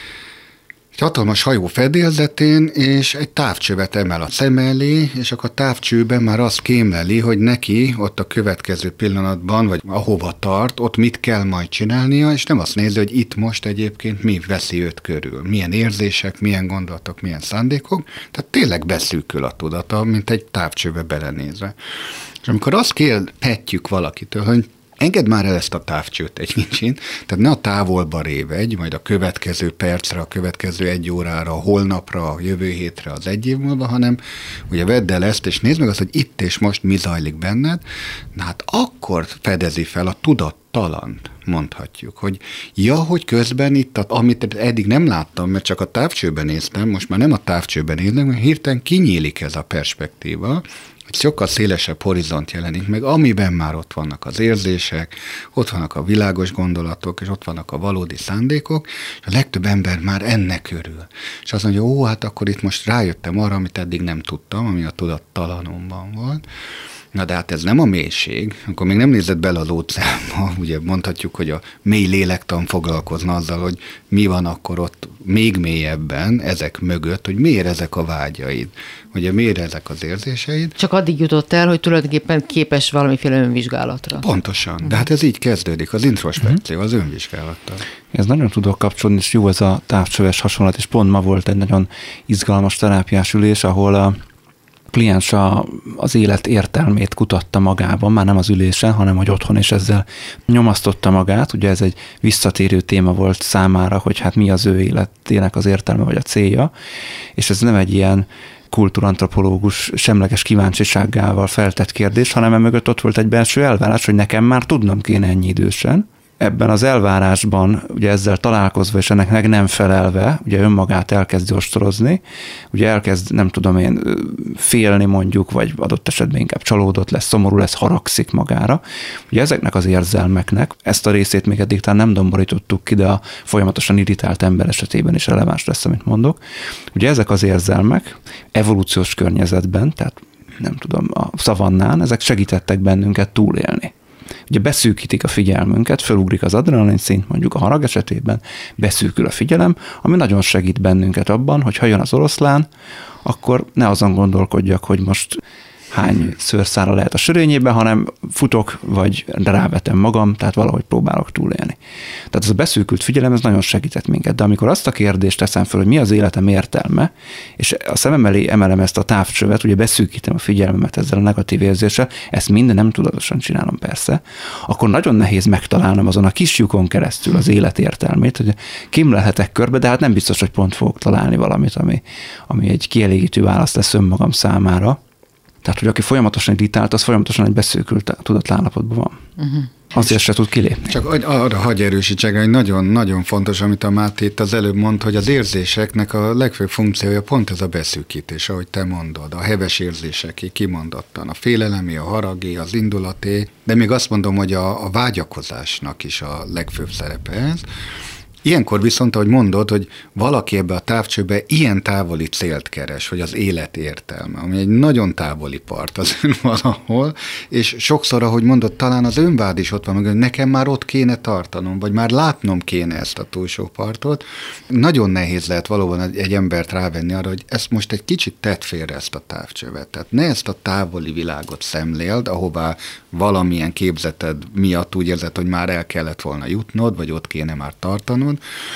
egy hatalmas hajó fedélzetén, és egy távcsövet emel a szem elé, és akkor a távcsőben már azt kémleli, hogy neki ott a következő pillanatban, vagy ahova tart, ott mit kell majd csinálnia, és nem azt nézi, hogy itt most egyébként mi veszi őt körül. Milyen érzések, milyen gondolatok, milyen szándékok. Tehát tényleg beszűkül a tudata, mint egy távcsőbe belenézve. És amikor azt kérhetjük valakitől, hogy engedd már el ezt a távcsőt egy kicsit, tehát ne a távolba révedj, majd a következő percre, a következő 1 órára, a holnapra, a jövő hétre, az 1 év múlva, hanem ugye vedd el ezt, és nézd meg azt, hogy itt és most mi zajlik benned, na hát akkor fedezi fel a tudattalant, mondhatjuk, hogy hogy közben itt, amit eddig nem láttam, mert csak a távcsőben néztem, most már nem a távcsőben nézem, mert hirtelen kinyílik ez a perspektíva, hogy sokkal szélesebb horizont jelenik meg, amiben már ott vannak az érzések, ott vannak a világos gondolatok, és ott vannak a valódi szándékok, és a legtöbb ember már ennek örül. És azt mondja, hát akkor itt most rájöttem arra, amit eddig nem tudtam, ami a tudattalanomban volt. Na de hát ez nem a mélység, akkor még nem nézett bele az óceánba, ugye mondhatjuk, hogy a mély lélektan foglalkozna azzal, hogy mi van akkor ott még mélyebben, ezek mögött, hogy miért ezek a vágyaid, ugye miért ezek az érzéseid. Csak addig jutott el, hogy tulajdonképpen képes valamiféle önvizsgálatra. Pontosan, de hát ez így kezdődik, az introspekció, az önvizsgálattal. Ez nagyon tudok kapcsolni, és jó ez a távcsöves hasonlat, és pont ma volt egy nagyon izgalmas terápiás ülés, ahol a kliens az élet értelmét kutatta magában, már nem az ülésen, hanem hogy otthon, és ezzel nyomasztotta magát. Ugye ez egy visszatérő téma volt számára, hogy hát mi az ő életének az értelme vagy a célja, és ez nem egy ilyen kultúrantropológus semleges kíváncsiságával feltett kérdés, hanem emögött ott volt egy belső elvárás, hogy nekem már tudnom kéne ennyi idősen. Ebben az elvárásban, ugye ezzel találkozva, és ennek meg nem felelve, ugye önmagát elkezd ostorozni, ugye elkezd, nem tudom én, félni mondjuk, vagy adott esetben inkább csalódott lesz, szomorú lesz, haragszik magára. Ugye ezeknek az érzelmeknek, ezt a részét még eddig talán nem domborítottuk ki, de a folyamatosan irritált ember esetében is releváns lesz, amit mondok. Ugye ezek az érzelmek evolúciós környezetben, tehát nem tudom, a szavannán, ezek segítettek bennünket túlélni. Ugye beszűkítik a figyelmünket, fölugrik az adrenalin szint, mondjuk a harag esetében, beszűkül a figyelem, ami nagyon segít bennünket abban, hogy ha jön az oroszlán, akkor ne azon gondolkodjak, hogy most hány szőrszála lehet a sörényében, hanem futok, vagy rávetem magam, tehát valahogy próbálok túlélni. Tehát ez a beszűkült figyelem, ez nagyon segített minket. De amikor azt a kérdést teszem fel, hogy mi az életem értelme, és a szemem elé emelem ezt a távcsövet, ugye beszűkítem a figyelmemet ezzel a negatív érzéssel, ezt minden nem tudatosan csinálom persze, akkor nagyon nehéz megtalálnom azon a kis lyukon keresztül az élet értelmét, hogy kimlelhetek körbe, de hát nem biztos, hogy pont fogok találni valamit, ami egy kielégítő válasz lesz önmagam számára. Tehát, hogy aki folyamatosan irritált, az folyamatosan egy beszűkült tudatállapotban van. Azért se tud kilépni. Csak arra hagyj erősítsek, hogy nagyon-nagyon fontos, amit a Máté itt az előbb mond, hogy az érzéseknek a legfőbb funkciója pont ez a beszűkítés, ahogy te mondod, a heves érzéseké kimondottan, a félelemi, a haragé, az indulaté, de még azt mondom, hogy a vágyakozásnak is a legfőbb szerepe ez. Ilyenkor viszont, ahogy mondod, hogy valaki ebbe a távcsőbe ilyen távoli célt keres, hogy az élet értelme, ami egy nagyon távoli part az ön valahol, és sokszor, ahogy mondod, talán az önvád is ott van, hogy nekem már ott kéne tartanom, vagy már látnom kéne ezt a túlsó partot. Nagyon nehéz lehet valóban egy embert rávenni arra, hogy ezt most egy kicsit tedd félre ezt a távcsövet. Tehát ne ezt a távoli világot szemléld, ahová valamilyen képzeted miatt úgy érzed, hogy már el kellett volna jutnod, vagy ott kéne már tartanod,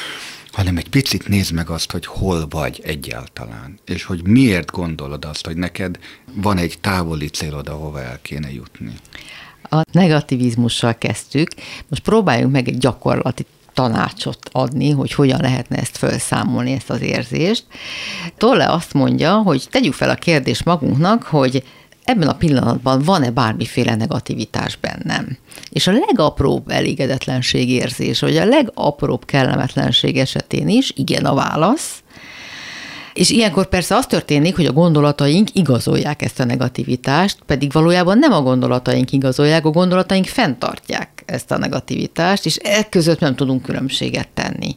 hanem egy picit nézd meg azt, hogy hol vagy egyáltalán, és hogy miért gondolod azt, hogy neked van egy távoli célod, ahova el kéne jutni. A negativizmussal kezdtük, most próbáljunk meg egy gyakorlati tanácsot adni, hogy hogyan lehetne ezt felszámolni, ezt az érzést. Tolle azt mondja, hogy tegyük fel a kérdést magunknak, hogy ebben a pillanatban van-e bármiféle negativitás bennem. És a legapróbb elégedetlenségérzés, vagy a legapróbb kellemetlenség esetén is igen a válasz, és ilyenkor persze az történik, hogy a gondolataink igazolják ezt a negativitást, pedig valójában nem a gondolataink igazolják, a gondolataink fenntartják ezt a negativitást, és között nem tudunk különbséget tenni.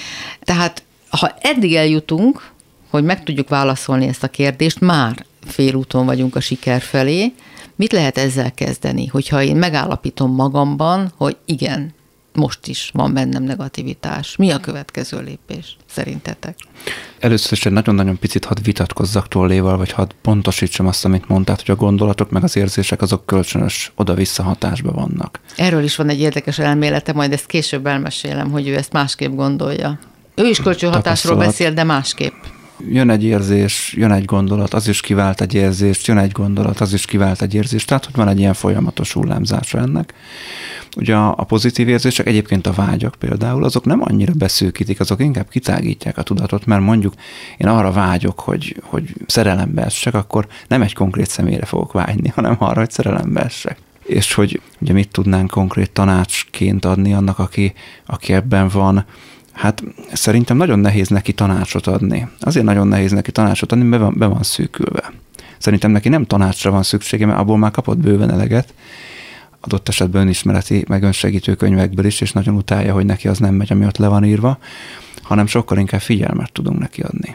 Tehát, ha eddig eljutunk, hogy meg tudjuk válaszolni ezt a kérdést, már félúton vagyunk a siker felé. Mit lehet ezzel kezdeni, hogyha én megállapítom magamban, hogy igen, most is van bennem negativitás. Mi a következő lépés szerintetek? Először is nagyon-nagyon picit hadd vitatkozzak Tolléval, vagy hadd pontosítsam azt, amit mondtál, hogy a gondolatok meg az érzések azok kölcsönös oda-vissza hatásban vannak. Erről is van egy érdekes elmélete, majd ezt később elmesélem, hogy ő ezt másképp gondolja. Ő is kölcsönhatásról beszél, de másképp. Jön egy érzés, jön egy gondolat, az is kivált egy érzést, jön egy gondolat, az is kivált egy érzést, tehát hogy van egy ilyen folyamatos hullámzása ennek. Ugye a pozitív érzések, egyébként a vágyak például, azok nem annyira beszűkítik, azok inkább kitágítják a tudatot, mert mondjuk én arra vágyok, hogy szerelembe essek, akkor nem egy konkrét személyre fogok vágyni, hanem arra, hogy szerelembe essek. És hogy ugye mit tudnánk konkrét tanácsként adni annak, aki ebben van. Hát szerintem nagyon nehéz neki tanácsot adni. Azért nagyon nehéz neki tanácsot adni, mert be van szűkülve. Szerintem neki nem tanácsra van szüksége, mert abból már kapott bőven eleget, adott esetben önismereti, meg önsegítő könyvekből is, és nagyon utálja, hogy neki az nem megy, ami ott le van írva, hanem sokkal inkább figyelmet tudunk neki adni.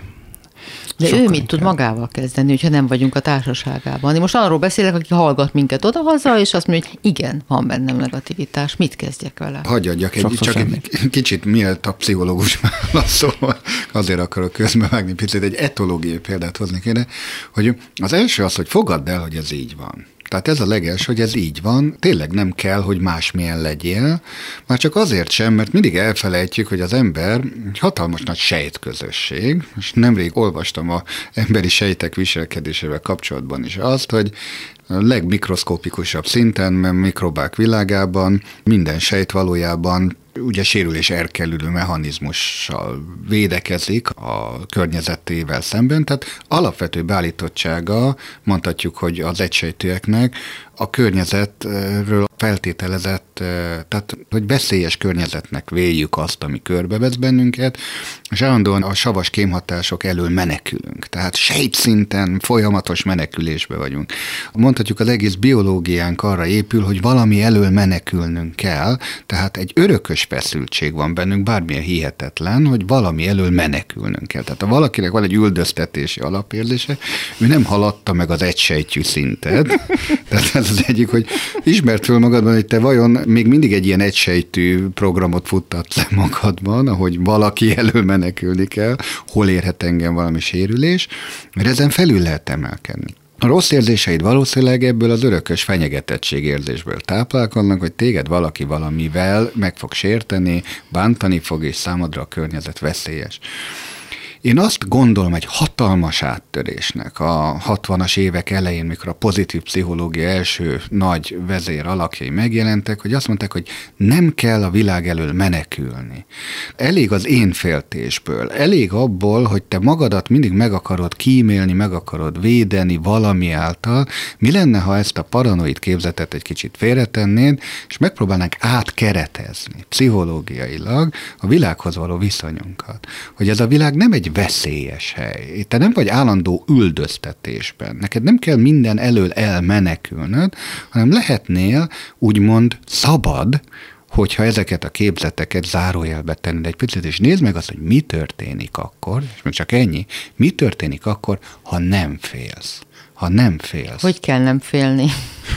De sokkal ő mit tud magával kezdeni, hogyha nem vagyunk a társaságában? Én most arról beszélek, aki hallgat minket odahaza, és azt mondja, hogy igen, van bennem negativitás, mit kezdjek vele? Hagyj adjak egy kicsit mielőtt a pszichológus válaszol, azért akarok közbevágni picit, egy etológiai példát hozni kéne, hogy az első az, hogy fogadd el, hogy ez így van. Tehát ez a legelső, hogy ez így van, tényleg nem kell, hogy másmilyen legyél, már csak azért sem, mert mindig elfelejtjük, hogy az ember egy hatalmas nagy sejtközösség, és nemrég olvastam az emberi sejtek viselkedésével kapcsolatban is azt, hogy a legmikroszkópikusabb szinten, mert mikrobák világában minden sejt valójában ugye sérülés elkerülő mechanizmussal védekezik a környezetével szemben, tehát alapvető beállítottsága, mondhatjuk, hogy az egysejtűeknek a környezetről feltételezett, tehát hogy veszélyes környezetnek véljük azt, ami körbevesz bennünket, és állandóan a savas kémhatások elől menekülünk. Tehát sejtszinten folyamatos menekülésbe vagyunk. Mondhatjuk, az egész biológiánk arra épül, hogy valami elől menekülnünk kell, tehát egy örökös feszültség van bennünk, bármilyen hihetetlen, hogy valami elől menekülnünk kell. Tehát ha valakinek van egy üldöztetési alapérzése, ő nem haladta meg az egysejtű szintet. Tehát ez az egyik, hogy ismert föl magadban, hogy te vajon még mindig egy ilyen egysejtű programot futtatsz le magadban, ahogy valaki elől menekülni kell, hol érhet engem valami sérülés, mert ezen felül lehet emelkedni. A rossz érzéseid valószínűleg ebből az örökös fenyegetettség érzésből táplálkoznak, hogy téged valaki valamivel meg fog sérteni, bántani fog, és számodra a környezet veszélyes. Én azt gondolom egy hatalmas áttörésnek a 60-as évek elején, mikor a pozitív pszichológia első nagy vezér alakjai megjelentek, hogy azt mondták, hogy nem kell a világ elől menekülni. Elég az én féltésből, elég abból, hogy te magadat mindig meg akarod kímélni, meg akarod védeni valami által. Mi lenne, ha ezt a paranoid képzetet egy kicsit félretennéd, és megpróbálnánk átkeretezni pszichológiailag a világhoz való viszonyunkat. Hogy ez a világ nem egy veszélyes hely. Te nem vagy állandó üldöztetésben. Neked nem kell minden elől elmenekülnöd, hanem lehetnél úgymond szabad, hogyha ezeket a képzeteket zárójelbe tenned egy picit, és nézd meg azt, hogy mi történik akkor, és még csak ennyi, mi történik akkor, ha nem félsz. Ha nem félsz. Hogy kell nem félni?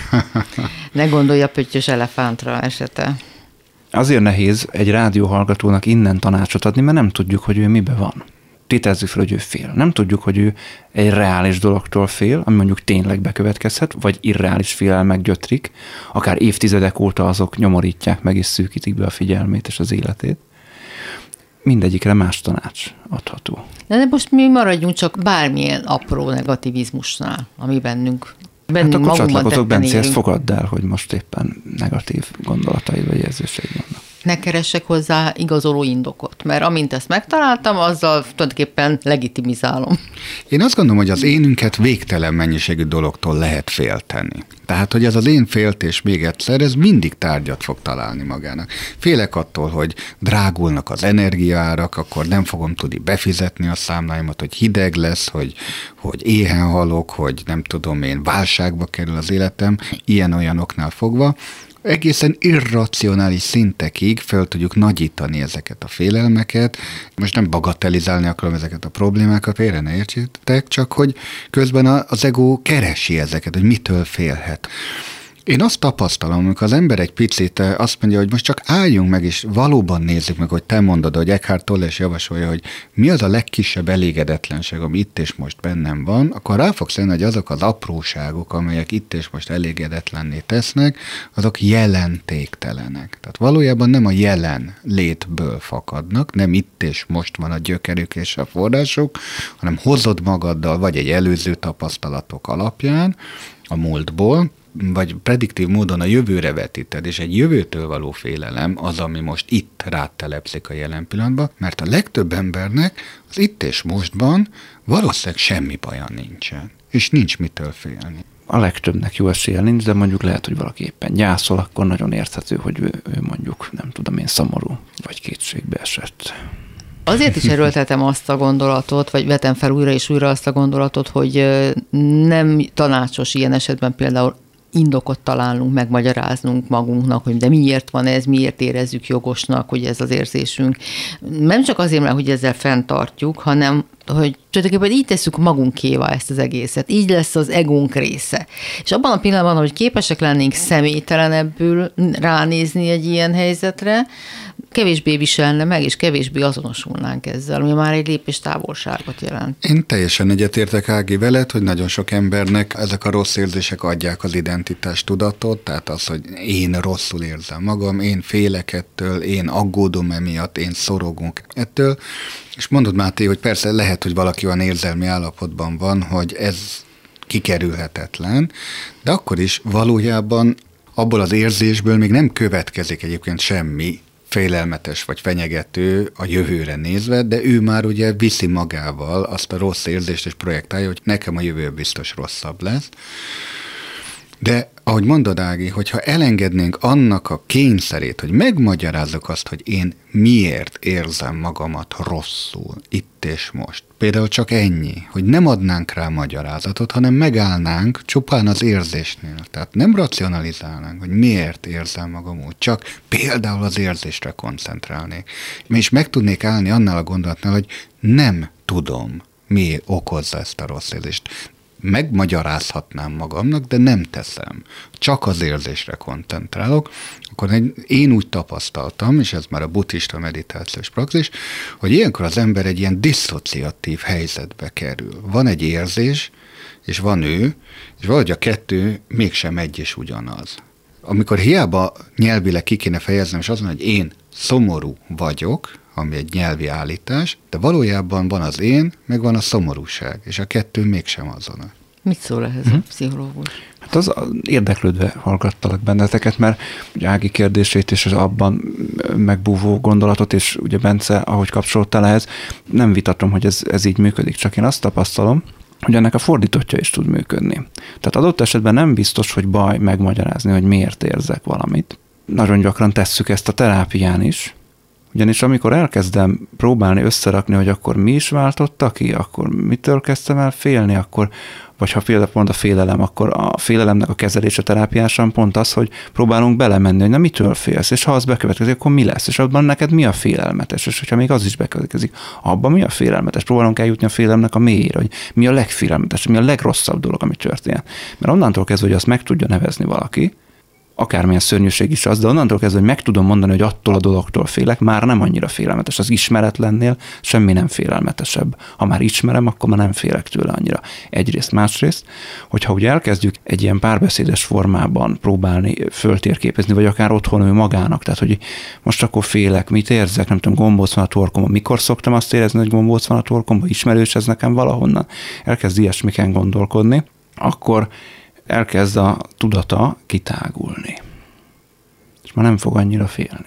Ne gondolj a pöttyös elefántra esete. Azért nehéz egy rádióhallgatónak innen tanácsot adni, mert nem tudjuk, hogy ő mibe van. Tételezzük fel, hogy ő fél. Nem tudjuk, hogy ő egy reális dologtól fél, ami mondjuk tényleg bekövetkezhet, vagy irreális félelmek gyötrik, akár évtizedek óta azok nyomorítják meg és szűkítik be a figyelmét és az életét. Mindegyikre más tanács adható. De most mi maradjunk csak bármilyen apró negativizmusnál, ami bennünk hát akkor csatlakozok, Bence, ezt fogadd el, hogy most éppen negatív gondolataid vagy érzéseid vannak. ne keressek hozzá igazoló indokot, mert amint ezt megtaláltam, azzal tulajdonképpen legitimizálom. Én azt gondolom, hogy az énünket végtelen mennyiségű dologtól lehet félteni. Tehát, hogy ez az én féltés még egyszer, ez mindig tárgyat fog találni magának. Félek attól, hogy drágulnak az energiaárak, akkor nem fogom tudni befizetni a számláimat, hogy hideg lesz, hogy éhen halok, hogy nem tudom én, válságba kerül az életem, ilyen-olyanoknál fogva. Egészen irracionális szintekig fel tudjuk nagyítani ezeket a félelmeket. Most nem bagatelizálni akarom ezeket a problémákat, félre ne értsétek, csak hogy közben az ego keresi ezeket, hogy mitől félhet. Én azt tapasztalom, amikor az ember egy picit azt mondja, hogy most csak álljunk meg, és valóban nézzük meg, hogy te mondod, hogy Eckhart Tolle is javasolja, hogy mi az a legkisebb elégedetlenség, ami itt és most bennem van, akkor rá fogsz lenni, hogy azok az apróságok, amelyek itt és most elégedetlenné tesznek, azok jelentéktelenek. Tehát valójában nem a jelen létből fakadnak, nem itt és most van a gyökerük és a források, hanem hozod magaddal, vagy egy előző tapasztalatok alapján, a múltból, vagy prediktív módon a jövőre vetíted, és egy jövőtől való félelem az, ami most itt rátelepszik a jelen pillanatban, mert a legtöbb embernek az itt és mostban valószínűleg semmi baja nincsen, és nincs mitől félni. A legtöbbnek jó esélye nincs, de mondjuk lehet, hogy valaki éppen gyászol, akkor nagyon érthető, hogy ő mondjuk, nem tudom én, szomorú, vagy kétségbe esett. Azért is erőltetem azt a gondolatot, vagy vetem fel újra és újra azt a gondolatot, hogy nem tanácsos ilyen esetben például indokot találnunk, megmagyaráznunk magunknak, hogy de miért van ez, miért érezzük jogosnak, hogy ez az érzésünk. Nem csak azért, mert hogy ezzel fenntartjuk, hanem hogy tulajdonképpen így tesszük magunkévá ezt az egészet. Így lesz az egónk része. És abban a pillanatban, hogy képesek lennénk személytelenebbül ránézni egy ilyen helyzetre, kevésbé viselne meg, és kevésbé azonosulnánk ezzel, ami már egy lépés távolságot jelent. Én teljesen egyetértek, Ági, veled, hogy nagyon sok embernek ezek a rossz érzések adják az identitás tudatot, tehát az, hogy én rosszul érzem magam, én félek ettől, én aggódom emiatt, én szorogunk ettől. És mondod, Máté, hogy persze lehet, hogy valaki olyan érzelmi állapotban van, hogy ez kikerülhetetlen, de akkor is valójában abból az érzésből még nem következik egyébként semmi félelmetes vagy fenyegető a jövőre nézve, de ő már ugye viszi magával azt a rossz érzést és projektálja, hogy nekem a jövő biztos rosszabb lesz. De ahogy mondod, Ági, hogyha elengednénk annak a kényszerét, hogy megmagyarázzuk azt, hogy én miért érzem magamat rosszul, itt és most. Például csak ennyi, hogy nem adnánk rá magyarázatot, hanem megállnánk csupán az érzésnél. Tehát nem racionalizálnánk, hogy miért érzem magam úgy, csak például az érzésre koncentrálnék. És meg tudnék állni annál a gondolatnál, hogy nem tudom, mi okozza ezt a rossz érzést. Megmagyarázhatnám magamnak, de nem teszem. Csak az érzésre koncentrálok. Akkor én úgy tapasztaltam, és ez már a buddhista meditációs praxis, hogy ilyenkor az ember egy ilyen disszociatív helyzetbe kerül. Van egy érzés, és van ő, és valahogy a kettő mégsem egy és ugyanaz. Amikor hiába nyelvileg ki kéne fejeznem, és azt mondom, hogy én szomorú vagyok, ami egy nyelvi állítás, de valójában van az én, meg van a szomorúság, és a kettő mégsem azonos. Mit szól ehhez a pszichológus? Hát az érdeklődve hallgattalak benneteket, mert ugye Ági kérdését és az abban megbúvó gondolatot, és ugye Bence, ahogy kapcsoltál ehhez, nem vitatom, hogy ez így működik, csak én azt tapasztalom, hogy ennek a fordítottja is tud működni. Tehát adott esetben nem biztos, hogy baj megmagyarázni, hogy miért érzek valamit. Nagyon gyakran tesszük ezt a terápián is, ugyanis amikor elkezdem próbálni összerakni, hogy akkor mi is váltotta ki, akkor mitől kezdtem el félni, akkor, vagy ha például pont a félelem, akkor a félelemnek a kezelése terápiásan pont az, hogy próbálunk belemenni, hogy na mitől félsz, és ha az bekövetkezik, akkor mi lesz, és abban neked mi a félelmetes, és hogyha még az is bekövetkezik, abban mi a félelmetes, próbálunk eljutni a félelemnek a mélyére, hogy mi a legfélelmetes, mi a legrosszabb dolog, ami történt. Mert onnantól kezdve, hogy azt meg tudja nevezni valaki, akármilyen szörnyűség is az, de onnantól kezdve, hogy meg tudom mondani, hogy attól a dologtól félek, már nem annyira félelmetes. Az ismeretlennél semmi nem félelmetesebb. Ha már ismerem, akkor már nem félek tőle annyira. Egyrészt, másrészt, hogyha ugye elkezdjük egy ilyen párbeszédes formában próbálni föltérképezni, vagy akár otthon ő magának, tehát hogy most akkor félek, mit érzek, nem tudom, gombóc van a torkomban, mikor szoktam azt érezni, hogy gombóc van a torkomban, ismerős ez nekem valahonnan, elkezd ilyesmiken gondolkodni, akkor elkezd a tudata kitágulni. És már nem fog annyira félni.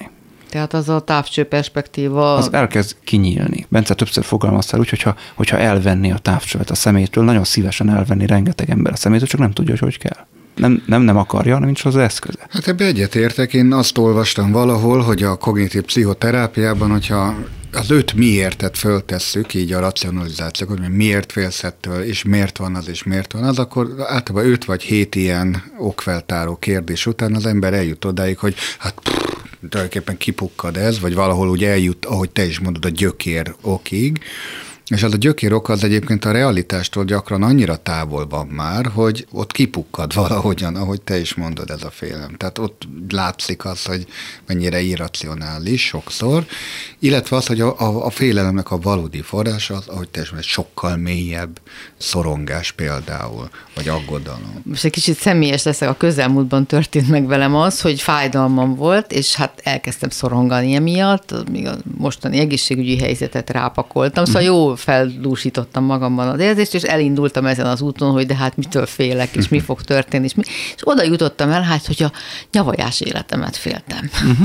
Tehát az a távcső perspektíva... Az elkezd kinyílni. Bence többször fogalmaztál úgy, hogyha elvenni a távcsövet a szemétől, nagyon szívesen elvenni rengeteg ember a szemétől, csak nem tudja, hogy kell. Nem akarja, hanem nincs az eszköze. Hát ebbe egyetértek. Én azt olvastam valahol, hogy a kognitív pszichoterápiában, hogyha az 5 miértet föltesszük, így a racionalizációk, hogy miért félsz ettől, és miért van az, akkor általában 5 vagy 7 ilyen okfeltáró kérdés után az ember eljut odáig, hogy tulajdonképpen kipukkad ez, vagy valahol úgy eljut, ahogy te is mondod, a gyökér okig. És az a gyökér ok az egyébként a realitástól gyakran annyira távol van már, hogy ott kipukkad valahogyan, ahogy te is mondod, ez a félelem. Tehát ott látszik az, hogy mennyire irracionális sokszor, illetve az, hogy a félelemnek a valódi forrása az, ahogy te is mondod, sokkal mélyebb szorongás például, vagy aggodalom. Most egy kicsit személyes leszek, a közelmúltban történt meg velem az, hogy fájdalmam volt, és hát elkezdtem szorongani emiatt, míg a mostani egészségügyi helyzetet rápakoltam, szóval jó feldúsítottam magamban az érzést, és elindultam ezen az úton, hogy de hát mitől félek, és mi fog történni, és oda jutottam el, hát, hogy a nyavajás életemet féltem.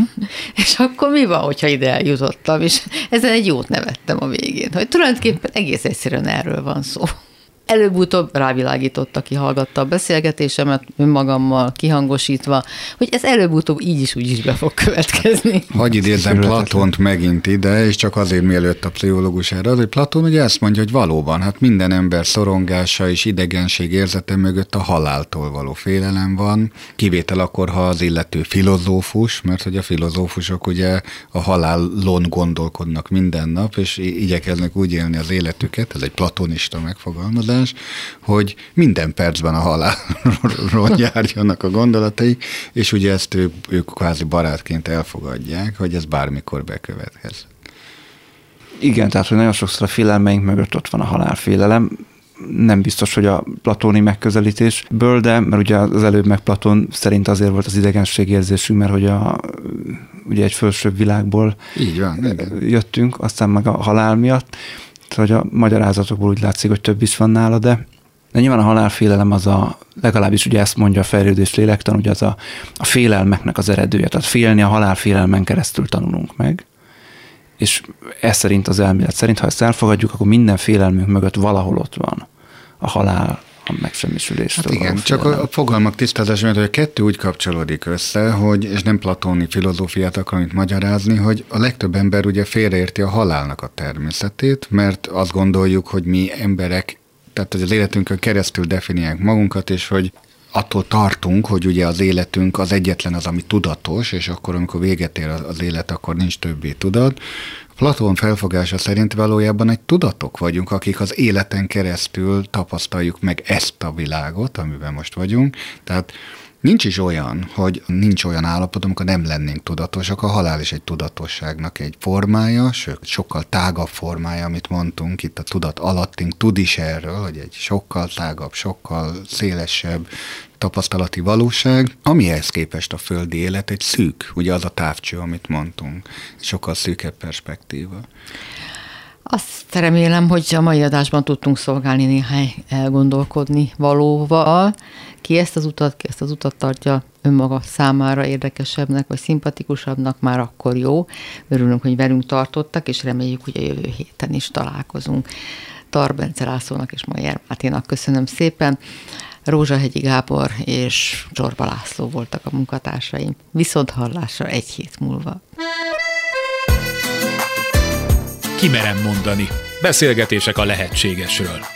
És akkor mi van, hogyha ide eljutottam, és ezen egy jót nevettem a végén, hogy tulajdonképpen egész egyszerűen erről van szó. Előbb-utóbb rávilágított, aki hallgatta a beszélgetésemet, önmagammal kihangosítva, hogy ez előbb-utóbb így is úgy is be fog következni. Hagy idézzem Platont megint ide, és csak azért mielőtt a pszichológus erre, hogy Platon ugye ezt mondja, hogy valóban, hát minden ember szorongása és idegenség érzete mögött a haláltól való félelem van, kivétel akkor, ha az illető filozófus, mert hogy a filozófusok ugye a halálon gondolkodnak minden nap, és igyekeznek úgy élni az életüket, ez egy platonista megfogalmazás, hogy minden percben a halálról járjanak a gondolatai, és ugye ezt ők kvázi barátként elfogadják, hogy ez bármikor bekövethez. Igen, tehát hogy nagyon sokszor a félelmeink mögött ott van a halálfélelem. Nem biztos, hogy a platóni megközelítésből, de mert ugye az előbb meg Platón szerint azért volt az idegenségérzésünk, mert hogy ugye egy fölsőbb világból így van, jöttünk, aztán meg a halál miatt. Hogy a magyarázatokból úgy látszik, hogy több is van nála, de nyilván a halálfélelem az legalábbis ugye ezt mondja a fejlődés lélektan, ugye az a félelmeknek az eredője. Tehát félni a halálfélelmen keresztül tanulunk meg. És ez szerint az elmélet szerint, ha ezt elfogadjuk, akkor minden félelmünk mögött valahol ott van a halál, a megsemmisüléstől. Hát igen, csak a fogalmak tisztázása, hogy a kettő úgy kapcsolódik össze, hogy, és nem platóni filozófiát akarom itt magyarázni, hogy a legtöbb ember ugye félreérti a halálnak a természetét, mert azt gondoljuk, hogy mi emberek, tehát hogy az életünkön keresztül definiáljuk magunkat, és hogy attól tartunk, hogy ugye az életünk az egyetlen az, ami tudatos, és akkor, amikor véget ér az élet, akkor nincs többé tudat. Platón felfogása szerint valójában egy tudatok vagyunk, akik az életen keresztül tapasztaljuk meg ezt a világot, amiben most vagyunk. Tehát nincs is olyan, hogy nincs olyan állapot, amikor nem lennénk tudatosak. A halál is egy tudatosságnak egy formája, sőt, sokkal tágabb formája, amit mondtunk itt a tudat alattink, tud is erről, hogy egy sokkal tágabb, sokkal szélesebb tapasztalati valóság, amihez képest a földi élet egy szűk, ugye az a távcső, amit mondtunk, sokkal szűkebb perspektíva. Azt remélem, hogy a mai adásban tudtunk szolgálni néhány elgondolkodni valóval. Ki ezt az utat tartja önmaga számára érdekesebbnek, vagy szimpatikusabbnak, már akkor jó. Örülünk, hogy velünk tartottak, és reméljük, hogy a jövő héten is találkozunk. Tar Bence Lászlónak és Majer Máténak köszönöm szépen. Rózsahegyi Gábor és Csorba László voltak a munkatársaim. Viszonthallásra egy hét múlva. Kimerem mondani. Beszélgetések a lehetségesről.